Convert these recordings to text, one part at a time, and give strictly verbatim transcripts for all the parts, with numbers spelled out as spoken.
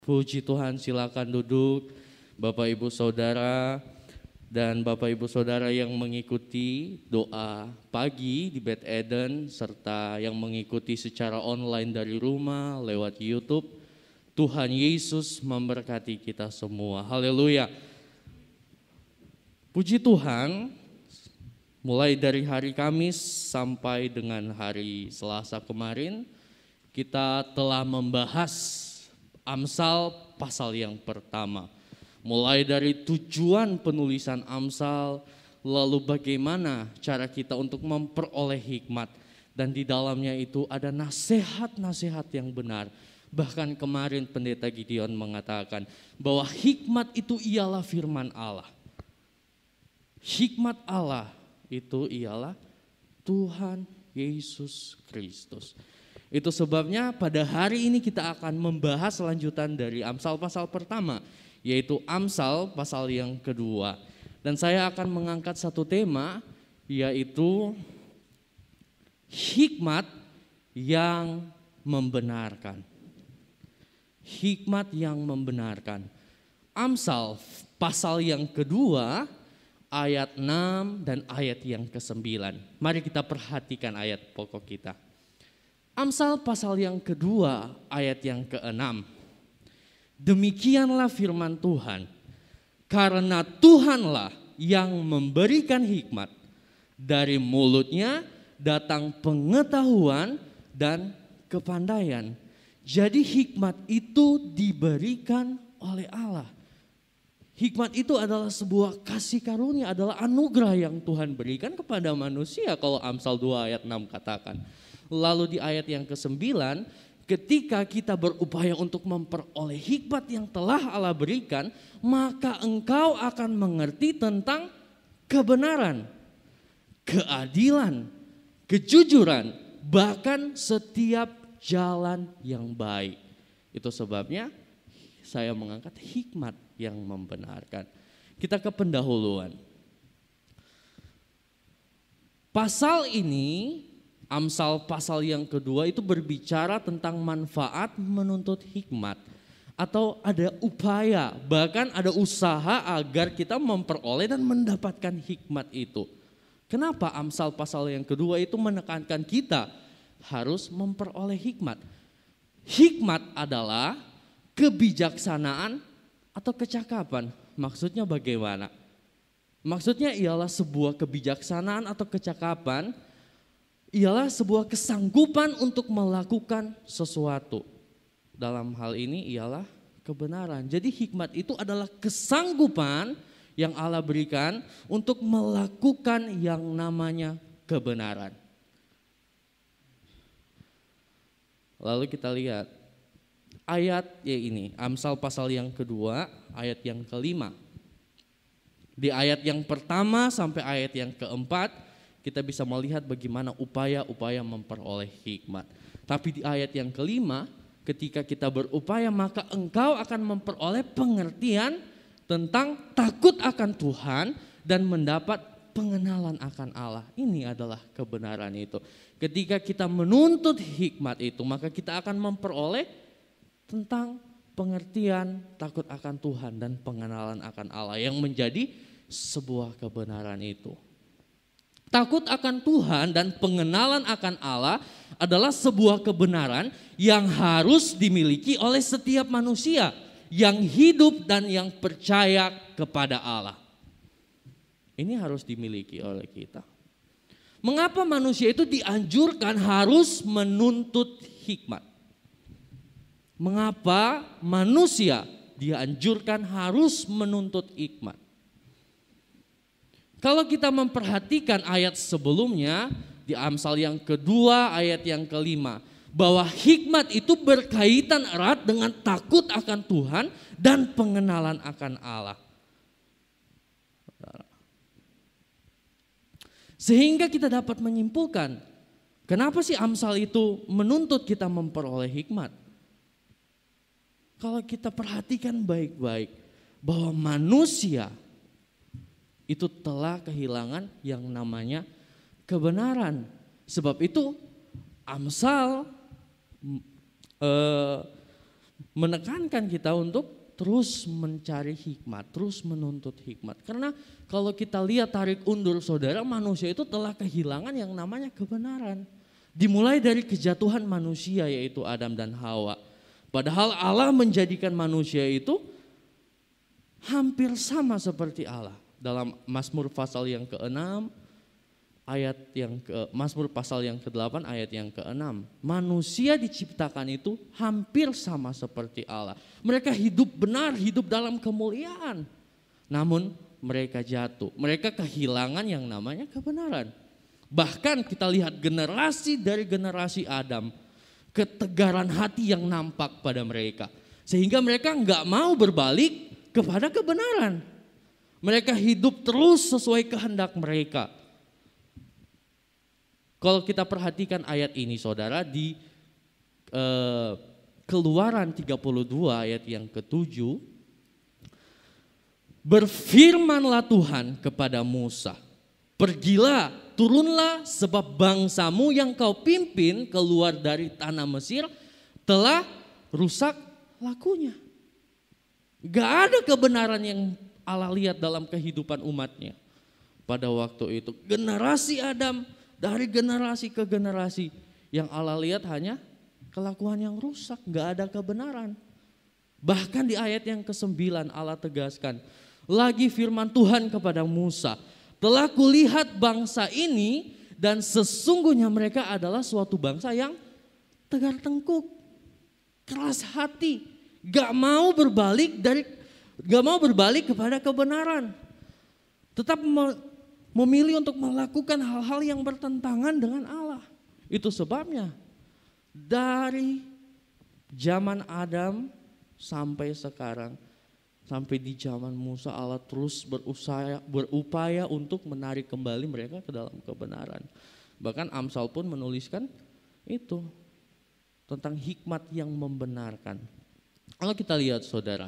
Puji Tuhan, silakan duduk Bapak Ibu Saudara dan Bapak Ibu Saudara yang mengikuti doa pagi di Beth Eden serta yang mengikuti secara online dari rumah lewat YouTube. Tuhan Yesus memberkati kita semua. Haleluya. Puji Tuhan, mulai dari hari Kamis sampai dengan hari Selasa kemarin kita telah membahas Amsal pasal yang pertama, mulai dari tujuan penulisan Amsal, lalu bagaimana cara kita untuk memperoleh hikmat, dan di dalamnya itu ada nasihat-nasihat yang benar. Bahkan kemarin Pendeta Gideon mengatakan bahwa hikmat itu ialah firman Allah. Hikmat Allah itu ialah Tuhan Yesus Kristus. Itu sebabnya pada hari ini kita akan membahas lanjutan dari Amsal pasal pertama, yaitu Amsal pasal yang kedua. Dan saya akan mengangkat satu tema, yaitu hikmat yang membenarkan. Hikmat yang membenarkan. Amsal pasal yang kedua, ayat enam dan ayat yang kesembilan. Mari kita perhatikan ayat pokok kita. Amsal pasal yang kedua ayat yang keenam. Demikianlah firman Tuhan, karena Tuhanlah yang memberikan hikmat, dari mulutnya datang pengetahuan dan kepandaian. Jadi hikmat itu diberikan oleh Allah. Hikmat itu adalah sebuah kasih karunia, adalah anugerah yang Tuhan berikan kepada manusia, kalau Amsal dua ayat enam katakan. Lalu di ayat yang kesembilan, ketika kita berupaya untuk memperoleh hikmat yang telah Allah berikan, maka engkau akan mengerti tentang kebenaran, keadilan, kejujuran, bahkan setiap jalan yang baik. Itu sebabnya saya mengangkat hikmat yang membenarkan. Kita ke pendahuluan. Pasal ini, Amsal pasal yang kedua itu berbicara tentang manfaat menuntut hikmat. Atau ada upaya, bahkan ada usaha agar kita memperoleh dan mendapatkan hikmat itu. Kenapa Amsal pasal yang kedua itu menekankan kita harus memperoleh hikmat? Hikmat adalah kebijaksanaan atau kecakapan. Maksudnya bagaimana? Maksudnya ialah sebuah kebijaksanaan atau kecakapan, ialah sebuah kesanggupan untuk melakukan sesuatu. Dalam hal ini ialah kebenaran. Jadi hikmat itu adalah kesanggupan yang Allah berikan untuk melakukan yang namanya kebenaran. Lalu kita lihat ayat ya ini, Amsal pasal yang kedua, ayat yang kelima. Di ayat yang pertama sampai ayat yang keempat, kita bisa melihat bagaimana upaya-upaya memperoleh hikmat. Tapi di ayat yang kelima, ketika kita berupaya maka engkau akan memperoleh pengertian tentang takut akan Tuhan dan mendapat pengenalan akan Allah. Ini adalah kebenaran itu. Ketika kita menuntut hikmat itu, maka kita akan memperoleh tentang pengertian takut akan Tuhan dan pengenalan akan Allah yang menjadi sebuah kebenaran itu. Takut akan Tuhan dan pengenalan akan Allah adalah sebuah kebenaran yang harus dimiliki oleh setiap manusia yang hidup dan yang percaya kepada Allah. Ini harus dimiliki oleh kita. Mengapa manusia itu dianjurkan harus menuntut hikmat? Mengapa manusia dianjurkan harus menuntut hikmat? Kalau kita memperhatikan ayat sebelumnya di Amsal yang kedua ayat yang kelima, bahwa hikmat itu berkaitan erat dengan takut akan Tuhan dan pengenalan akan Allah. Sehingga kita dapat menyimpulkan, kenapa sih Amsal itu menuntut kita memperoleh hikmat? Kalau kita perhatikan baik-baik, bahwa manusia itu telah kehilangan yang namanya kebenaran. Sebab itu Amsal eh, menekankan kita untuk terus mencari hikmat, terus menuntut hikmat. Karena kalau kita lihat tarik undur saudara, manusia itu telah kehilangan yang namanya kebenaran. Dimulai dari kejatuhan manusia yaitu Adam dan Hawa. Padahal Allah menjadikan manusia itu hampir sama seperti Allah. Dalam Mazmur pasal yang keenam, ayat yang ke Mazmur pasal yang kedelapan ayat yang keenam, manusia diciptakan itu hampir sama seperti Allah. Mereka hidup benar, hidup dalam kemuliaan. Namun mereka jatuh, mereka kehilangan yang namanya kebenaran. Bahkan kita lihat generasi dari generasi Adam, ketegaran hati yang nampak pada mereka. Sehingga mereka enggak mau berbalik kepada kebenaran. Mereka hidup terus sesuai kehendak mereka. Kalau kita perhatikan ayat ini saudara, di eh, Keluaran tiga puluh dua ayat yang ketujuh, berfirmanlah Tuhan kepada Musa, pergilah, turunlah sebab bangsamu yang kau pimpin keluar dari tanah Mesir telah rusak lakunya. Gak ada kebenaran yang Allah lihat dalam kehidupan umatnya. Pada waktu itu generasi Adam, dari generasi ke generasi, yang Allah lihat hanya kelakuan yang rusak, gak ada kebenaran. Bahkan di ayat yang kesembilan Allah tegaskan, lagi firman Tuhan kepada Musa, telah kulihat bangsa ini dan sesungguhnya mereka adalah suatu bangsa yang tegar tengkuk, keras hati, gak mau berbalik dari, gak mau berbalik kepada kebenaran, tetap memilih untuk melakukan hal-hal yang bertentangan dengan Allah. Itu sebabnya dari zaman Adam sampai sekarang, sampai di zaman Musa, Allah terus berusaya, berupaya untuk menarik kembali mereka ke dalam kebenaran. Bahkan Amsal pun menuliskan itu tentang hikmat yang membenarkan. Kalau kita lihat saudara,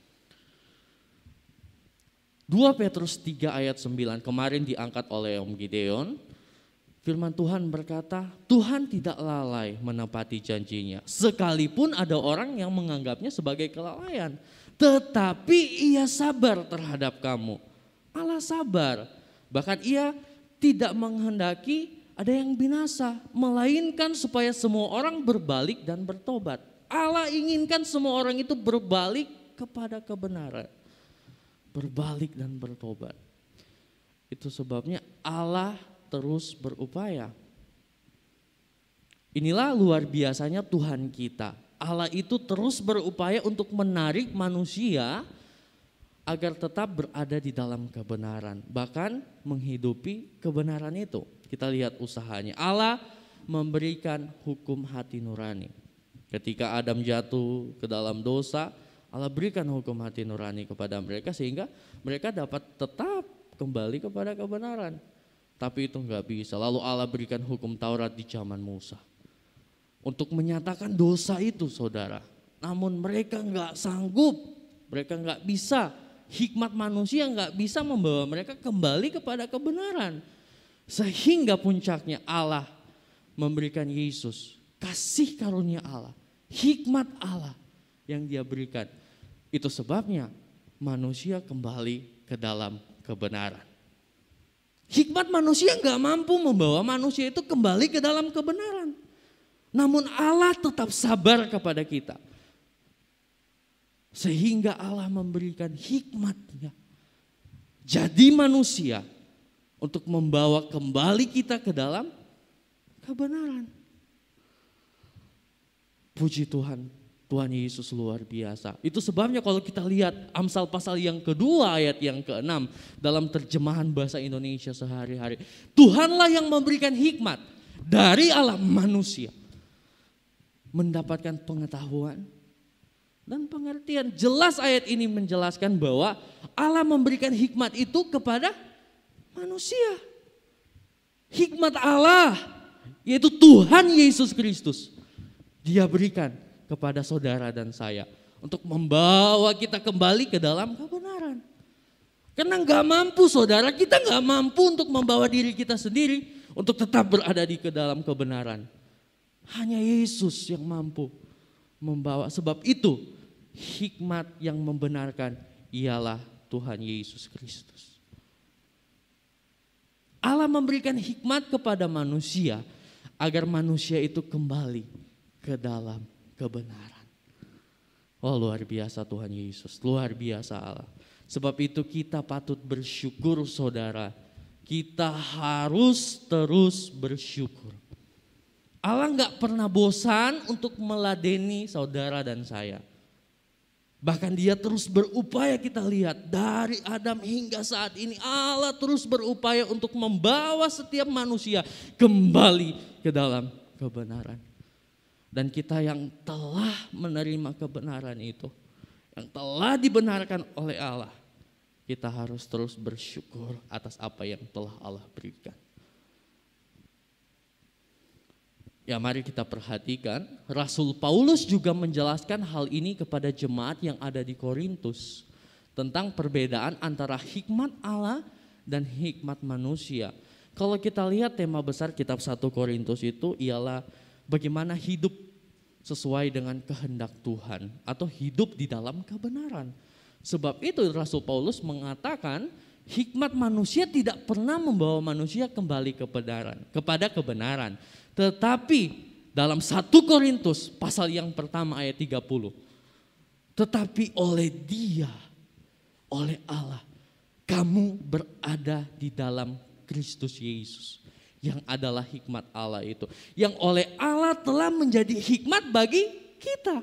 dua Petrus tiga ayat sembilan kemarin diangkat oleh Om Gideon. Firman Tuhan berkata, Tuhan tidak lalai menepati janjinya. Sekalipun ada orang yang menganggapnya sebagai kelalaian, tetapi ia sabar terhadap kamu. Allah sabar, bahkan ia tidak menghendaki ada yang binasa, melainkan supaya semua orang berbalik dan bertobat. Allah inginkan semua orang itu berbalik kepada kebenaran, berbalik dan bertobat. Itu sebabnya Allah terus berupaya. Inilah luar biasanya Tuhan kita. Allah itu terus berupaya untuk menarik manusia agar tetap berada di dalam kebenaran, bahkan menghidupi kebenaran itu. Kita lihat usahanya. Allah memberikan hukum hati nurani. Ketika Adam jatuh ke dalam dosa, Allah berikan hukum hati nurani kepada mereka sehingga mereka dapat tetap kembali kepada kebenaran. Tapi itu enggak bisa. Lalu Allah berikan hukum Taurat di zaman Musa untuk menyatakan dosa itu saudara. Namun mereka enggak sanggup, mereka enggak bisa. Hikmat manusia enggak bisa membawa mereka kembali kepada kebenaran. Sehingga puncaknya Allah memberikan Yesus, kasih karunia Allah, hikmat Allah yang dia berikan. Itu sebabnya manusia kembali ke dalam kebenaran. Hikmat manusia enggak mampu membawa manusia itu kembali ke dalam kebenaran. Namun Allah tetap sabar kepada kita. Sehingga Allah memberikan hikmatnya. Jadi manusia untuk membawa kembali kita ke dalam kebenaran. Puji Tuhan, Tuhan Yesus luar biasa. Itu sebabnya kalau kita lihat Amsal pasal yang kedua ayat yang keenam dalam terjemahan bahasa Indonesia sehari-hari. Tuhanlah yang memberikan hikmat dari alam manusia. Mendapatkan pengetahuan dan pengertian. Jelas ayat ini menjelaskan bahwa Allah memberikan hikmat itu kepada manusia. Hikmat Allah yaitu Tuhan Yesus Kristus. Dia berikan kepada saudara dan saya untuk membawa kita kembali ke dalam kebenaran. Karena gak mampu saudara, kita gak mampu untuk membawa diri kita sendiri untuk tetap berada di ke dalam kebenaran. Hanya Yesus yang mampu membawa. Sebab itu hikmat yang membenarkan ialah Tuhan Yesus Kristus. Allah memberikan hikmat kepada manusia agar manusia itu kembali ke dalam kebenaran. Oh, luar biasa Tuhan Yesus, luar biasa Allah. Sebab itu kita patut bersyukur saudara. Kita harus terus bersyukur. Allah gak pernah bosan untuk meladeni saudara dan saya. Bahkan dia terus berupaya, kita lihat dari Adam hingga saat ini Allah terus berupaya untuk membawa setiap manusia kembali ke dalam kebenaran. Dan kita yang telah menerima kebenaran itu, yang telah dibenarkan oleh Allah, kita harus terus bersyukur atas apa yang telah Allah berikan. Ya, mari kita perhatikan, Rasul Paulus juga menjelaskan hal ini kepada jemaat yang ada di Korintus tentang perbedaan antara hikmat Allah dan hikmat manusia. Kalau kita lihat tema besar kitab satu Korintus itu ialah bagaimana hidup sesuai dengan kehendak Tuhan atau hidup di dalam kebenaran. Sebab itu Rasul Paulus mengatakan hikmat manusia tidak pernah membawa manusia kembali kebenaran, kepada kebenaran. Tetapi dalam satu Korintus pasal yang pertama ayat tiga puluh. Tetapi oleh Dia, oleh Allah, kamu berada di dalam Kristus Yesus. Yang adalah hikmat Allah itu. Yang oleh Allah telah menjadi hikmat bagi kita.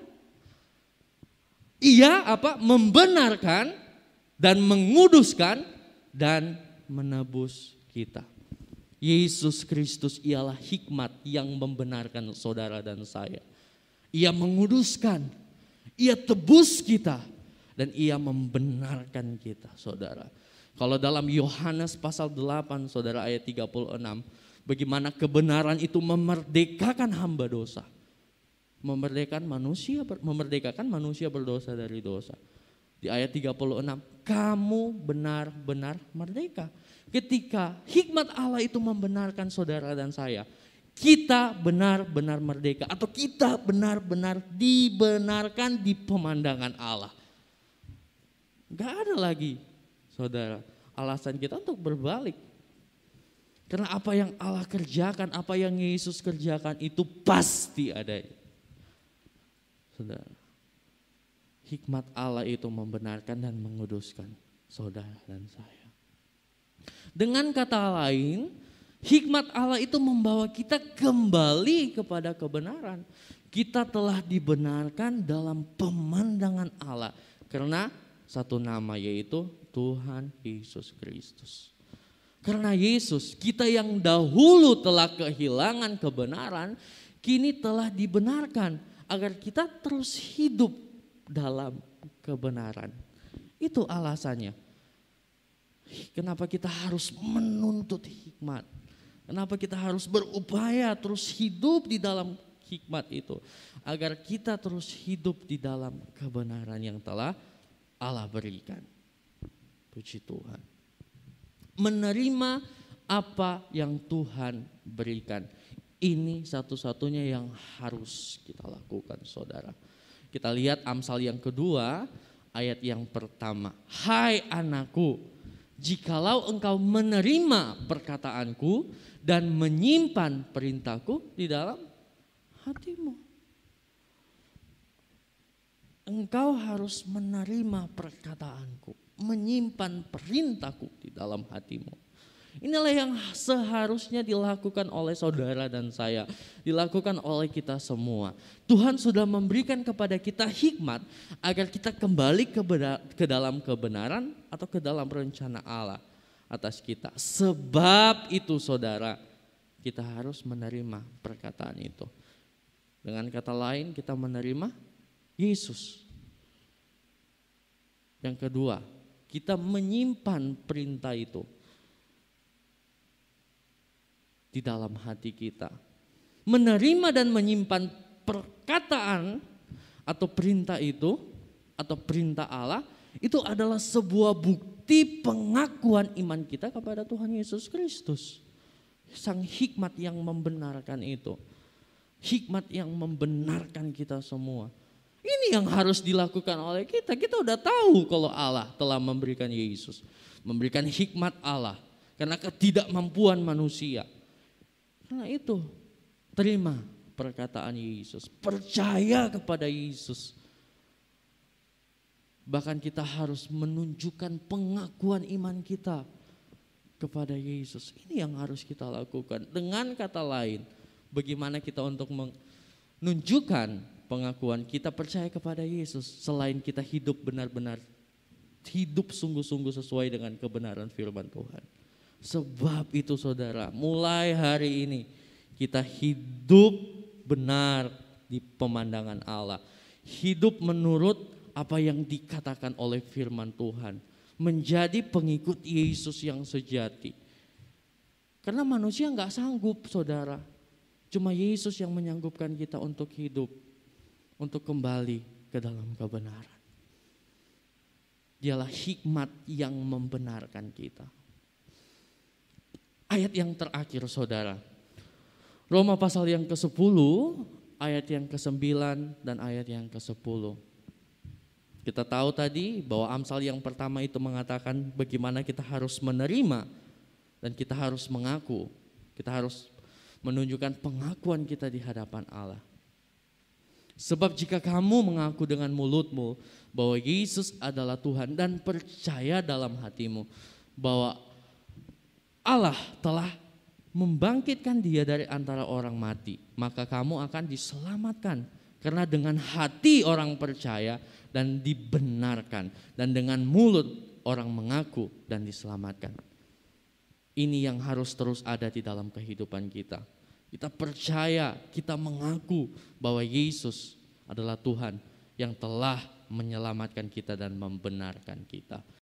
Ia apa? Membenarkan dan menguduskan dan menebus kita. Yesus Kristus ialah hikmat yang membenarkan saudara dan saya. Ia menguduskan, Ia tebus kita, dan Ia membenarkan kita saudara. Kalau dalam Yohanes pasal delapan saudara ayat tiga puluh enam, bagaimana kebenaran itu memerdekakan hamba dosa. Memerdekakan manusia, memerdekakan manusia berdosa dari dosa. Di ayat tiga puluh enam, kamu benar-benar merdeka. Ketika hikmat Allah itu membenarkan saudara dan saya, kita benar-benar merdeka atau kita benar-benar dibenarkan di pemandangan Allah. Gak ada lagi saudara alasan kita untuk berbalik. Karena apa yang Allah kerjakan, apa yang Yesus kerjakan itu pasti ada. Saudara, hikmat Allah itu membenarkan dan menguduskan saudara dan saya. Dengan kata lain, hikmat Allah itu membawa kita kembali kepada kebenaran. Kita telah dibenarkan dalam pemandangan Allah karena satu nama, yaitu Tuhan Yesus Kristus. Karena Yesus, kita yang dahulu telah kehilangan kebenaran, kini telah dibenarkan agar kita terus hidup dalam kebenaran. Itu alasannya. Kenapa kita harus menuntut hikmat? Kenapa kita harus berupaya terus hidup di dalam hikmat itu? Agar kita terus hidup di dalam kebenaran yang telah Allah berikan. Puji Tuhan. Menerima apa yang Tuhan berikan. Ini satu-satunya yang harus kita lakukan saudara. Kita lihat Amsal yang kedua ayat yang pertama. Hai anakku, jikalau engkau menerima perkataanku dan menyimpan perintahku di dalam hatimu. Engkau harus menerima perkataanku, menyimpan perintahku di dalam hatimu. Inilah yang seharusnya dilakukan oleh saudara dan saya, dilakukan oleh kita semua. Tuhan sudah memberikan kepada kita hikmat agar kita kembali ke, ke dalam kebenaran atau ke dalam rencana Allah atas kita. Sebab itu saudara, kita harus menerima perkataan itu. Dengan kata lain, kita menerima Yesus. Yang kedua, kita menyimpan perintah itu di dalam hati kita. Menerima dan menyimpan perkataan atau perintah itu, atau perintah Allah, itu adalah sebuah bukti pengakuan iman kita kepada Tuhan Yesus Kristus. Sang hikmat yang membenarkan itu. Hikmat yang membenarkan kita semua. Ini yang harus dilakukan oleh kita. Kita udah tahu kalau Allah telah memberikan Yesus, memberikan hikmat Allah karena ketidakmampuan manusia. Karena itu, terima perkataan Yesus, percaya kepada Yesus. Bahkan kita harus menunjukkan pengakuan iman kita kepada Yesus. Ini yang harus kita lakukan. Dengan kata lain, bagaimana kita untuk menunjukkan pengakuan kita percaya kepada Yesus selain kita hidup benar-benar, hidup sungguh-sungguh sesuai dengan kebenaran firman Tuhan. Sebab itu saudara, mulai hari ini kita hidup benar di pemandangan Allah. Hidup menurut apa yang dikatakan oleh firman Tuhan. Menjadi pengikut Yesus yang sejati. Karena manusia nggak sanggup saudara. Cuma Yesus yang menyanggupkan kita untuk hidup. Untuk kembali ke dalam kebenaran. Dialah hikmat yang membenarkan kita. Ayat yang terakhir saudara. Roma pasal yang kesepuluh, ayat yang kesembilan dan ayat yang kesepuluh. Kita tahu tadi bahwa Amsal yang pertama itu mengatakan bagaimana kita harus menerima dan kita harus mengaku. Kita harus menunjukkan pengakuan kita di hadapan Allah. Sebab jika kamu mengaku dengan mulutmu bahwa Yesus adalah Tuhan dan percaya dalam hatimu bahwa Allah telah membangkitkan dia dari antara orang mati, maka kamu akan diselamatkan. Karena dengan hati orang percaya dan dibenarkan, dan dengan mulut orang mengaku dan diselamatkan. Ini yang harus terus ada di dalam kehidupan kita. Kita percaya, kita mengaku bahwa Yesus adalah Tuhan yang telah menyelamatkan kita dan membenarkan kita.